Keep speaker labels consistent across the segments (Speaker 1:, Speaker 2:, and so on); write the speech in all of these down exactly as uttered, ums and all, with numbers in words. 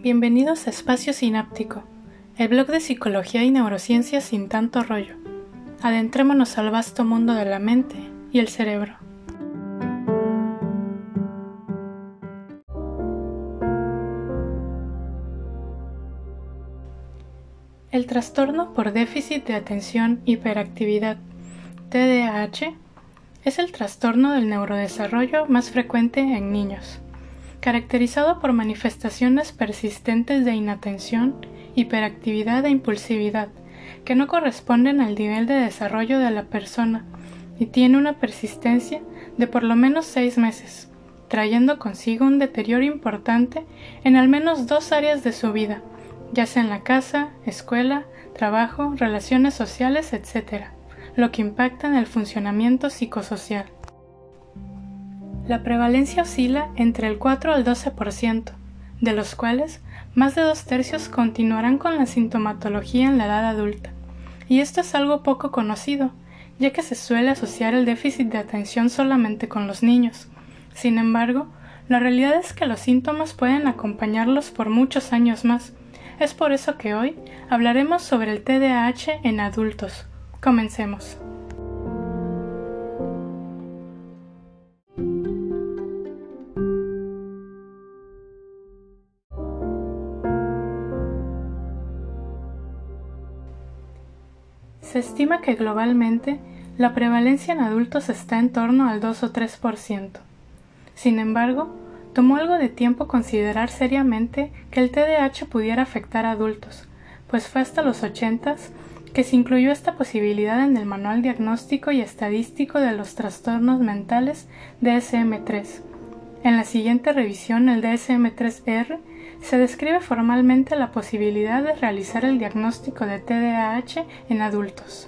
Speaker 1: Bienvenidos a Espacio Sináptico, el blog de psicología y neurociencia sin tanto rollo. Adentrémonos al vasto mundo de la mente y el cerebro. El trastorno por déficit de atención hiperactividad, T D A H, es el trastorno del neurodesarrollo más frecuente en niños, caracterizado por manifestaciones persistentes de inatención, hiperactividad e impulsividad, que no corresponden al nivel de desarrollo de la persona y tiene una persistencia de por lo menos seis meses, trayendo consigo un deterioro importante en al menos dos áreas de su vida, ya sea en la casa, escuela, trabajo, relaciones sociales, etcétera, lo que impacta en el funcionamiento psicosocial. La prevalencia oscila entre el cuatro al doce por ciento, de los cuales más de dos tercios continuarán con la sintomatología en la edad adulta, y esto es algo poco conocido, ya que se suele asociar el déficit de atención solamente con los niños. Sin embargo, la realidad es que los síntomas pueden acompañarlos por muchos años más. Es por eso que hoy hablaremos sobre el T D A H en adultos. Comencemos. Se estima que globalmente la prevalencia en adultos está en torno al dos o tres por ciento. Sin embargo, tomó algo de tiempo considerar seriamente que el T D A H pudiera afectar a adultos, pues fue hasta los ochentas que se incluyó esta posibilidad en el Manual Diagnóstico y Estadístico de los Trastornos Mentales D S M tres. En la siguiente revisión, el D S M tres R, se describe formalmente la posibilidad de realizar el diagnóstico de T D A H en adultos.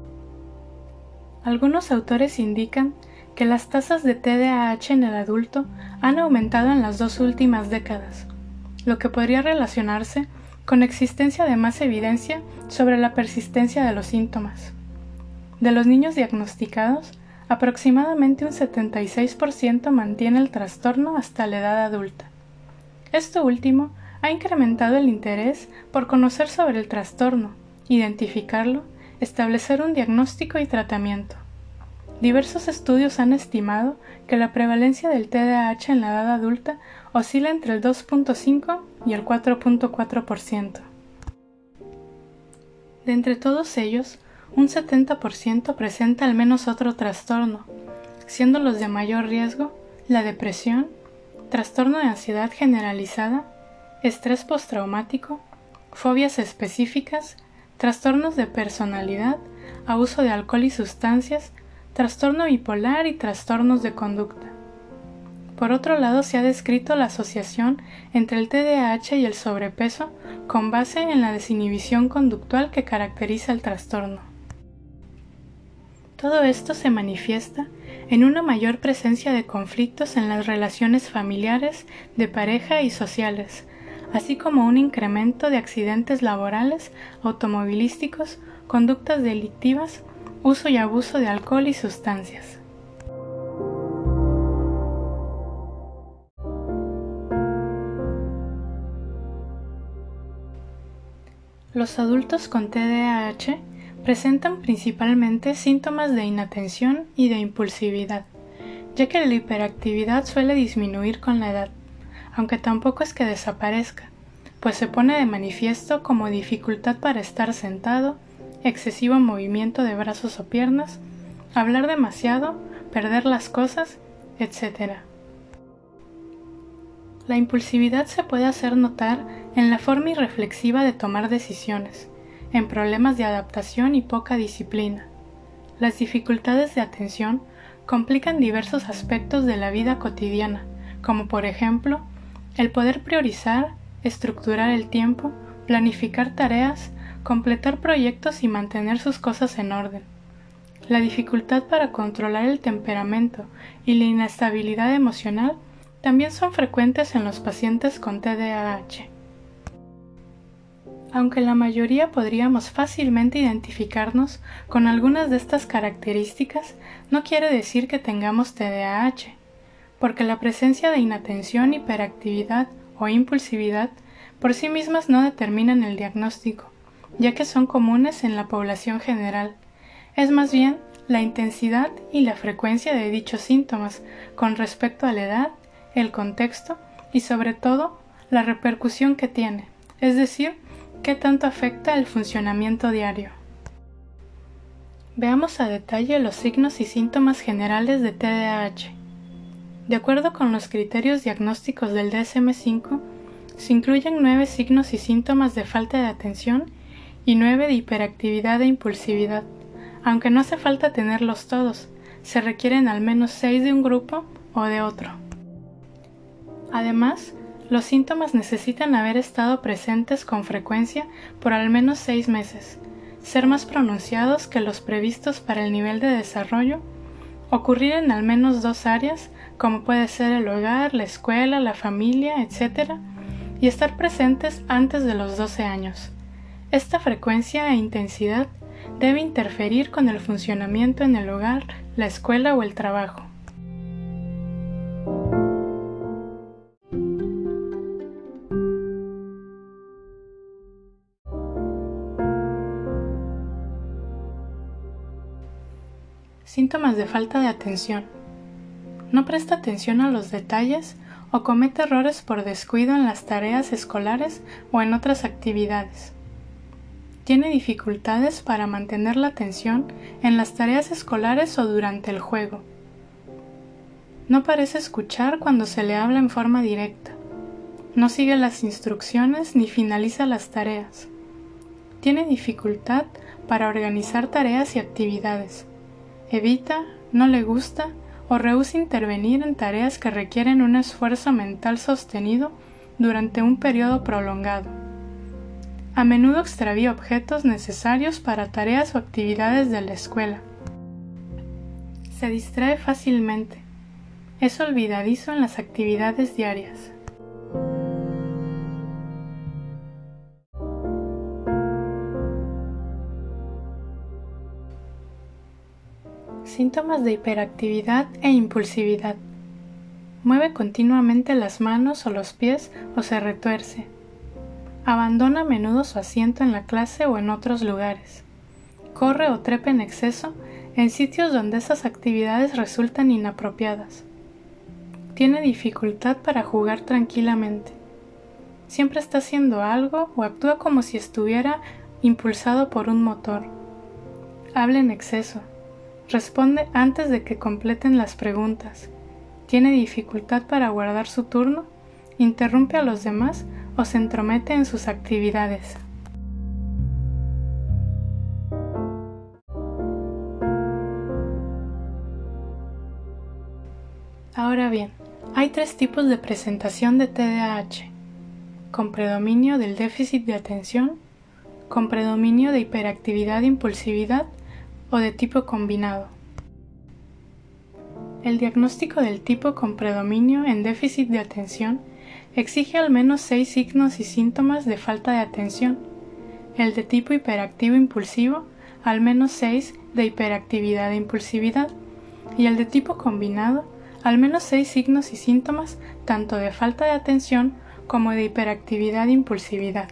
Speaker 1: Algunos autores indican que las tasas de T D A H en el adulto han aumentado en las dos últimas décadas, lo que podría relacionarse con existencia de más evidencia sobre la persistencia de los síntomas. De los niños diagnosticados, aproximadamente un setenta y seis por ciento mantiene el trastorno hasta la edad adulta. Esto último ha incrementado el interés por conocer sobre el trastorno, identificarlo, establecer un diagnóstico y tratamiento. Diversos estudios han estimado que la prevalencia del T D A H en la edad adulta oscila entre el dos punto cinco y el cuatro punto cuatro por ciento. De entre todos ellos, un setenta por ciento presenta al menos otro trastorno, siendo los de mayor riesgo la depresión, trastorno de ansiedad generalizada, estrés postraumático, fobias específicas, trastornos de personalidad, abuso de alcohol y sustancias, trastorno bipolar y trastornos de conducta. Por otro lado, se ha descrito la asociación entre el T D A H y el sobrepeso con base en la desinhibición conductual que caracteriza el trastorno. Todo esto se manifiesta en una mayor presencia de conflictos en las relaciones familiares, de pareja y sociales, así como un incremento de accidentes laborales, automovilísticos, conductas delictivas, uso y abuso de alcohol y sustancias. Los adultos con T D A H presentan principalmente síntomas de inatención y de impulsividad, ya que la hiperactividad suele disminuir con la edad, aunque tampoco es que desaparezca, pues se pone de manifiesto como dificultad para estar sentado, excesivo movimiento de brazos o piernas, hablar demasiado, perder las cosas, etcétera. La impulsividad se puede hacer notar en la forma irreflexiva de tomar decisiones, en problemas de adaptación y poca disciplina. Las dificultades de atención complican diversos aspectos de la vida cotidiana, como por ejemplo, el poder priorizar, estructurar el tiempo, planificar tareas, completar proyectos y mantener sus cosas en orden. La dificultad para controlar el temperamento y la inestabilidad emocional también son frecuentes en los pacientes con T D A H. Aunque la mayoría podríamos fácilmente identificarnos con algunas de estas características, no quiere decir que tengamos T D A H, porque la presencia de inatención, hiperactividad o impulsividad por sí mismas no determinan el diagnóstico, ya que son comunes en la población general. Es más bien la intensidad y la frecuencia de dichos síntomas con respecto a la edad, el contexto y sobre todo la repercusión que tiene, es decir, qué tanto afecta el funcionamiento diario. Veamos a detalle los signos y síntomas generales de T D A H. De acuerdo con los criterios diagnósticos del D S M cinco, se incluyen nueve signos y síntomas de falta de atención y nueve de hiperactividad e impulsividad. Aunque no hace falta tenerlos todos, se requieren al menos seis de un grupo o de otro. Además, los síntomas necesitan haber estado presentes con frecuencia por al menos seis meses, ser más pronunciados que los previstos para el nivel de desarrollo, ocurrir en al menos dos áreas, como puede ser el hogar, la escuela, la familia, etcétera, y estar presentes antes de los doce años. Esta frecuencia e intensidad debe interferir con el funcionamiento en el hogar, la escuela o el trabajo. Síntomas de falta de atención. No presta atención a los detalles o comete errores por descuido en las tareas escolares o en otras actividades. Tiene dificultades para mantener la atención en las tareas escolares o durante el juego. No parece escuchar cuando se le habla en forma directa. No sigue las instrucciones ni finaliza las tareas. Tiene dificultad para organizar tareas y actividades. Evita, no le gusta o rehúsa intervenir en tareas que requieren un esfuerzo mental sostenido durante un periodo prolongado. A menudo extravía objetos necesarios para tareas o actividades de la escuela. Se distrae fácilmente. Es olvidadizo en las actividades diarias. Síntomas de hiperactividad e impulsividad. Mueve continuamente las manos o los pies o se retuerce. Abandona a menudo su asiento en la clase o en otros lugares. Corre o trepa en exceso en sitios donde esas actividades resultan inapropiadas. Tiene dificultad para jugar tranquilamente. Siempre está haciendo algo o actúa como si estuviera impulsado por un motor. Habla en exceso. Responde antes de que completen las preguntas. Tiene dificultad para guardar su turno, interrumpe a los demás o se entromete en sus actividades. Ahora bien, hay tres tipos de presentación de T D A H: con predominio del déficit de atención, con predominio de hiperactividad e impulsividad o de tipo combinado. El diagnóstico del tipo con predominio en déficit de atención exige al menos seis signos y síntomas de falta de atención, el de tipo hiperactivo impulsivo al menos seis de hiperactividad e impulsividad, y el de tipo combinado al menos seis signos y síntomas tanto de falta de atención como de hiperactividad e impulsividad.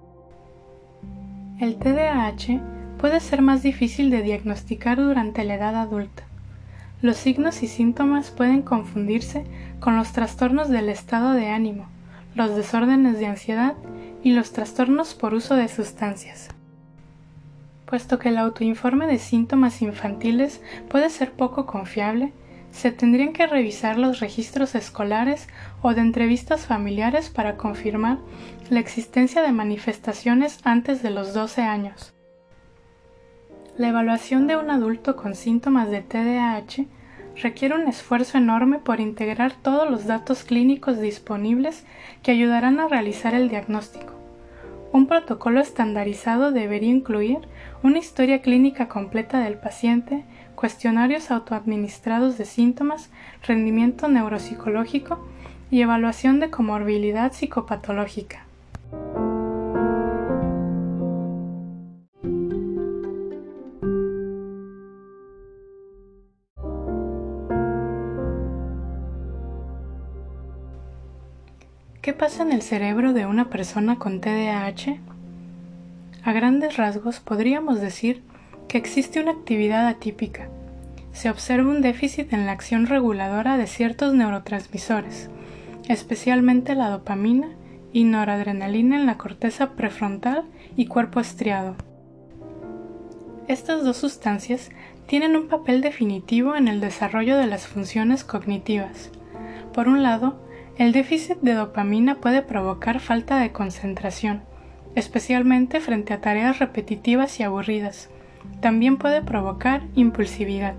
Speaker 1: El T D A H puede ser más difícil de diagnosticar durante la edad adulta. Los signos y síntomas pueden confundirse con los trastornos del estado de ánimo, los desórdenes de ansiedad y los trastornos por uso de sustancias. Puesto que el autoinforme de síntomas infantiles puede ser poco confiable, se tendrían que revisar los registros escolares o de entrevistas familiares para confirmar la existencia de manifestaciones antes de los doce años. La evaluación de un adulto con síntomas de T D A H requiere un esfuerzo enorme por integrar todos los datos clínicos disponibles que ayudarán a realizar el diagnóstico. Un protocolo estandarizado debería incluir una historia clínica completa del paciente, cuestionarios autoadministrados de síntomas, rendimiento neuropsicológico y evaluación de comorbilidad psicopatológica. ¿Qué pasa en el cerebro de una persona con T D A H? A grandes rasgos podríamos decir que existe una actividad atípica. Se observa un déficit en la acción reguladora de ciertos neurotransmisores, especialmente la dopamina y noradrenalina en la corteza prefrontal y cuerpo estriado. Estas dos sustancias tienen un papel definitivo en el desarrollo de las funciones cognitivas. Por un lado, el déficit de dopamina puede provocar falta de concentración, especialmente frente a tareas repetitivas y aburridas. También puede provocar impulsividad.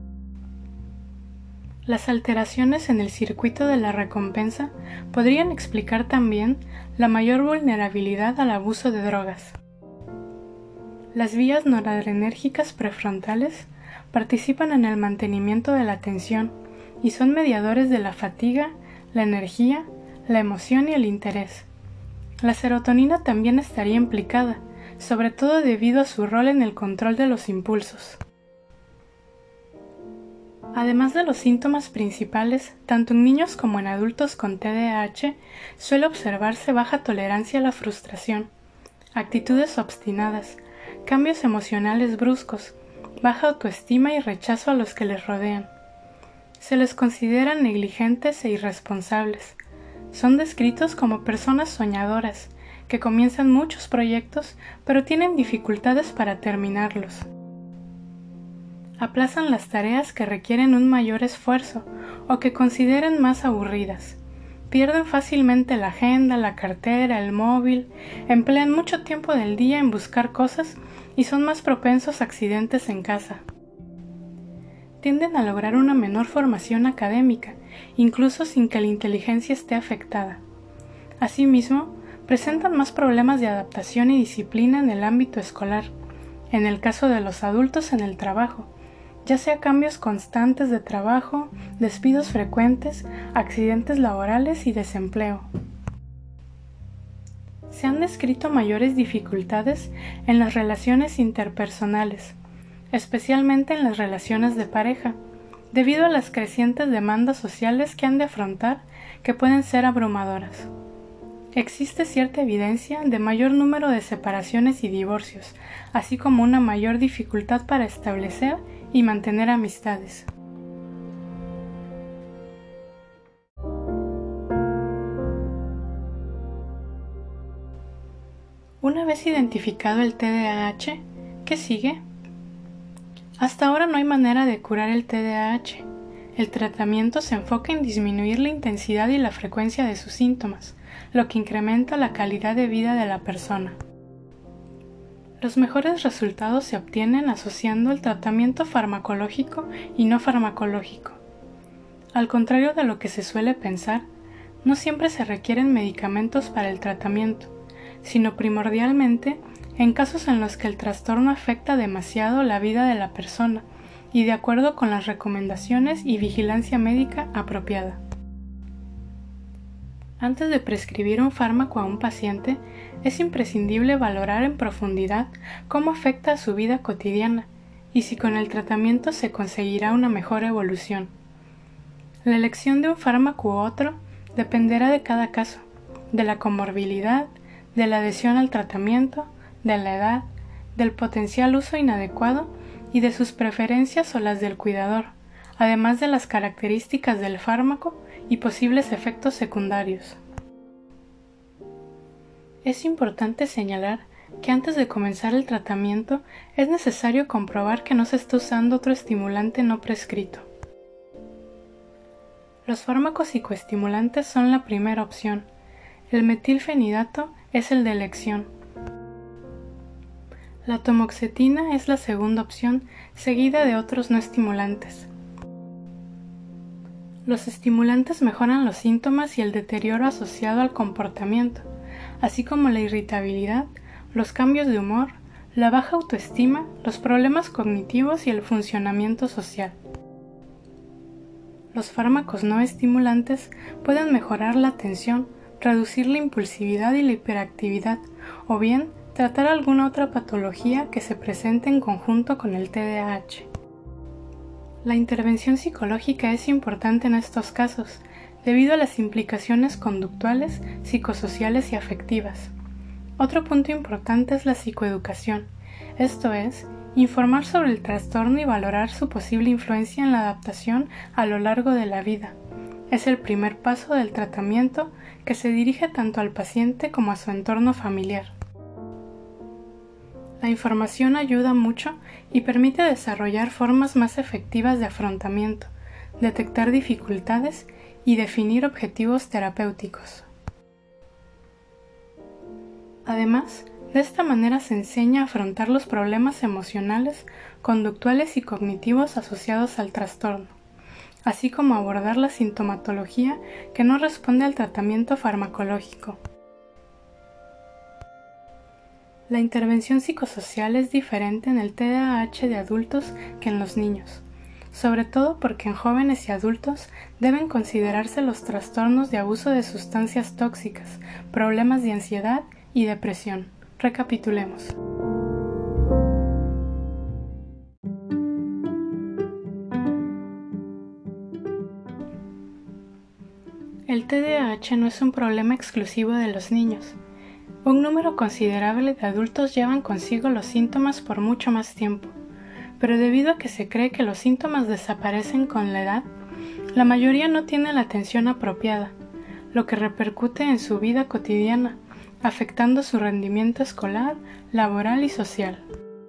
Speaker 1: Las alteraciones en el circuito de la recompensa podrían explicar también la mayor vulnerabilidad al abuso de drogas. Las vías noradrenérgicas prefrontales participan en el mantenimiento de la atención y son mediadores de la fatiga, la energía, la emoción y el interés. La serotonina también estaría implicada, sobre todo debido a su rol en el control de los impulsos. Además de los síntomas principales, tanto en niños como en adultos con T D A H suele observarse baja tolerancia a la frustración, actitudes obstinadas, cambios emocionales bruscos, baja autoestima y rechazo a los que les rodean. Se les considera negligentes e irresponsables. Son descritos como personas soñadoras, que comienzan muchos proyectos pero tienen dificultades para terminarlos. Aplazan las tareas que requieren un mayor esfuerzo o que consideren más aburridas. Pierden fácilmente la agenda, la cartera, el móvil, emplean mucho tiempo del día en buscar cosas y son más propensos a accidentes en casa. Tienden a lograr una menor formación académica, incluso sin que la inteligencia esté afectada. Asimismo, presentan más problemas de adaptación y disciplina en el ámbito escolar, en el caso de los adultos en el trabajo, ya sea cambios constantes de trabajo, despidos frecuentes, accidentes laborales y desempleo. Se han descrito mayores dificultades en las relaciones interpersonales, especialmente en las relaciones de pareja, debido a las crecientes demandas sociales que han de afrontar, que pueden ser abrumadoras. Existe cierta evidencia de mayor número de separaciones y divorcios, así como una mayor dificultad para establecer y mantener amistades. Una vez identificado el T D A H, ¿qué sigue? Hasta ahora no hay manera de curar el T D A H. El tratamiento se enfoca en disminuir la intensidad y la frecuencia de sus síntomas, lo que incrementa la calidad de vida de la persona. Los mejores resultados se obtienen asociando el tratamiento farmacológico y no farmacológico. Al contrario de lo que se suele pensar, no siempre se requieren medicamentos para el tratamiento, sino primordialmente en casos en los que el trastorno afecta demasiado la vida de la persona y de acuerdo con las recomendaciones y vigilancia médica apropiada. Antes de prescribir un fármaco a un paciente, es imprescindible valorar en profundidad cómo afecta a su vida cotidiana y si con el tratamiento se conseguirá una mejor evolución. La elección de un fármaco u otro dependerá de cada caso, de la comorbilidad, de la adhesión al tratamiento, de la edad, del potencial uso inadecuado y de sus preferencias o las del cuidador, además de las características del fármaco y posibles efectos secundarios. Es importante señalar que antes de comenzar el tratamiento es necesario comprobar que no se está usando otro estimulante no prescrito. Los fármacos psicoestimulantes son la primera opción. El metilfenidato es el de elección. La atomoxetina es la segunda opción, seguida de otros no estimulantes. Los estimulantes mejoran los síntomas y el deterioro asociado al comportamiento, así como la irritabilidad, los cambios de humor, la baja autoestima, los problemas cognitivos y el funcionamiento social. Los fármacos no estimulantes pueden mejorar la atención, reducir la impulsividad y la hiperactividad, o bien tratar alguna otra patología que se presente en conjunto con el T D A H. La intervención psicológica es importante en estos casos, debido a las implicaciones conductuales, psicosociales y afectivas. Otro punto importante es la psicoeducación, esto es, informar sobre el trastorno y valorar su posible influencia en la adaptación a lo largo de la vida. Es el primer paso del tratamiento que se dirige tanto al paciente como a su entorno familiar. La información ayuda mucho y permite desarrollar formas más efectivas de afrontamiento, detectar dificultades y definir objetivos terapéuticos. Además, de esta manera se enseña a afrontar los problemas emocionales, conductuales y cognitivos asociados al trastorno, así como abordar la sintomatología que no responde al tratamiento farmacológico. La intervención psicosocial es diferente en el T D A H de adultos que en los niños, sobre todo porque en jóvenes y adultos deben considerarse los trastornos de abuso de sustancias tóxicas, problemas de ansiedad y depresión. Recapitulemos. El T D A H no es un problema exclusivo de los niños. Un número considerable de adultos llevan consigo los síntomas por mucho más tiempo, pero debido a que se cree que los síntomas desaparecen con la edad, la mayoría no tiene la atención apropiada, lo que repercute en su vida cotidiana, afectando su rendimiento escolar, laboral y social.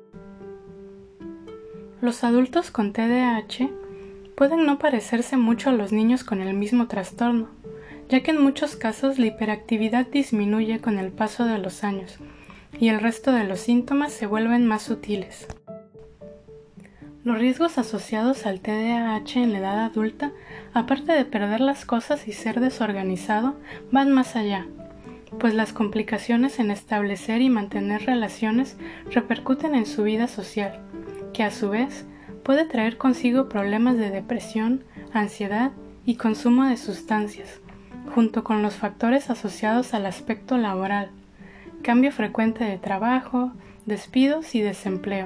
Speaker 1: Los adultos con T D A H pueden no parecerse mucho a los niños con el mismo trastorno, ya que en muchos casos la hiperactividad disminuye con el paso de los años y el resto de los síntomas se vuelven más sutiles. Los riesgos asociados al T D A H en la edad adulta, aparte de perder las cosas y ser desorganizado, van más allá, pues las complicaciones en establecer y mantener relaciones repercuten en su vida social, que a su vez puede traer consigo problemas de depresión, ansiedad y consumo de sustancias, junto con los factores asociados al aspecto laboral, cambio frecuente de trabajo, despidos y desempleo.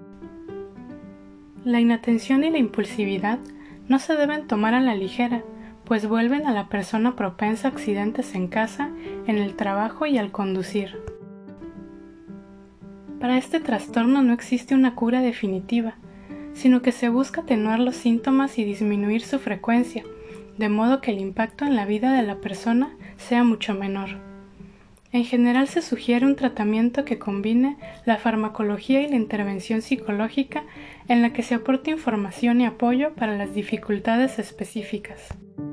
Speaker 1: La inatención y la impulsividad no se deben tomar a la ligera, pues vuelven a la persona propensa a accidentes en casa, en el trabajo y al conducir. Para este trastorno no existe una cura definitiva, sino que se busca atenuar los síntomas y disminuir su frecuencia, de modo que el impacto en la vida de la persona sea mucho menor. En general se sugiere un tratamiento que combine la farmacología y la intervención psicológica en la que se aporte información y apoyo para las dificultades específicas.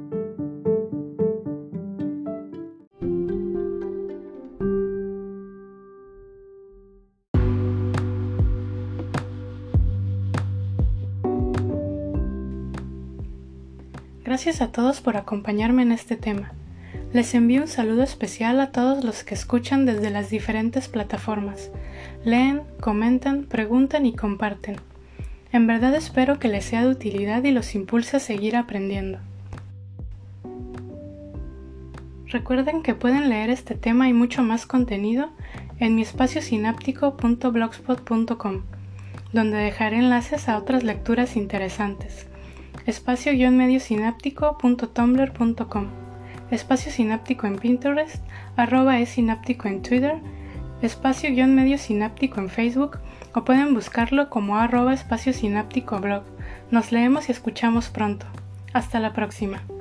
Speaker 1: Gracias a todos por acompañarme en este tema. Les envío un saludo especial a todos los que escuchan desde las diferentes plataformas. Leen, comentan, preguntan y comparten. En verdad espero que les sea de utilidad y los impulse a seguir aprendiendo. Recuerden que pueden leer este tema y mucho más contenido en mi espacio sináptico punto blogspot punto com, donde dejaré enlaces a otras lecturas interesantes. espacio-mediosináptico punto tumblr punto com, espacio sináptico en Pinterest, arroba esináptico en Twitter, espacio-medio sináptico en Facebook o pueden buscarlo como arroba espacio sináptico blog. Nos leemos y escuchamos pronto. Hasta la próxima.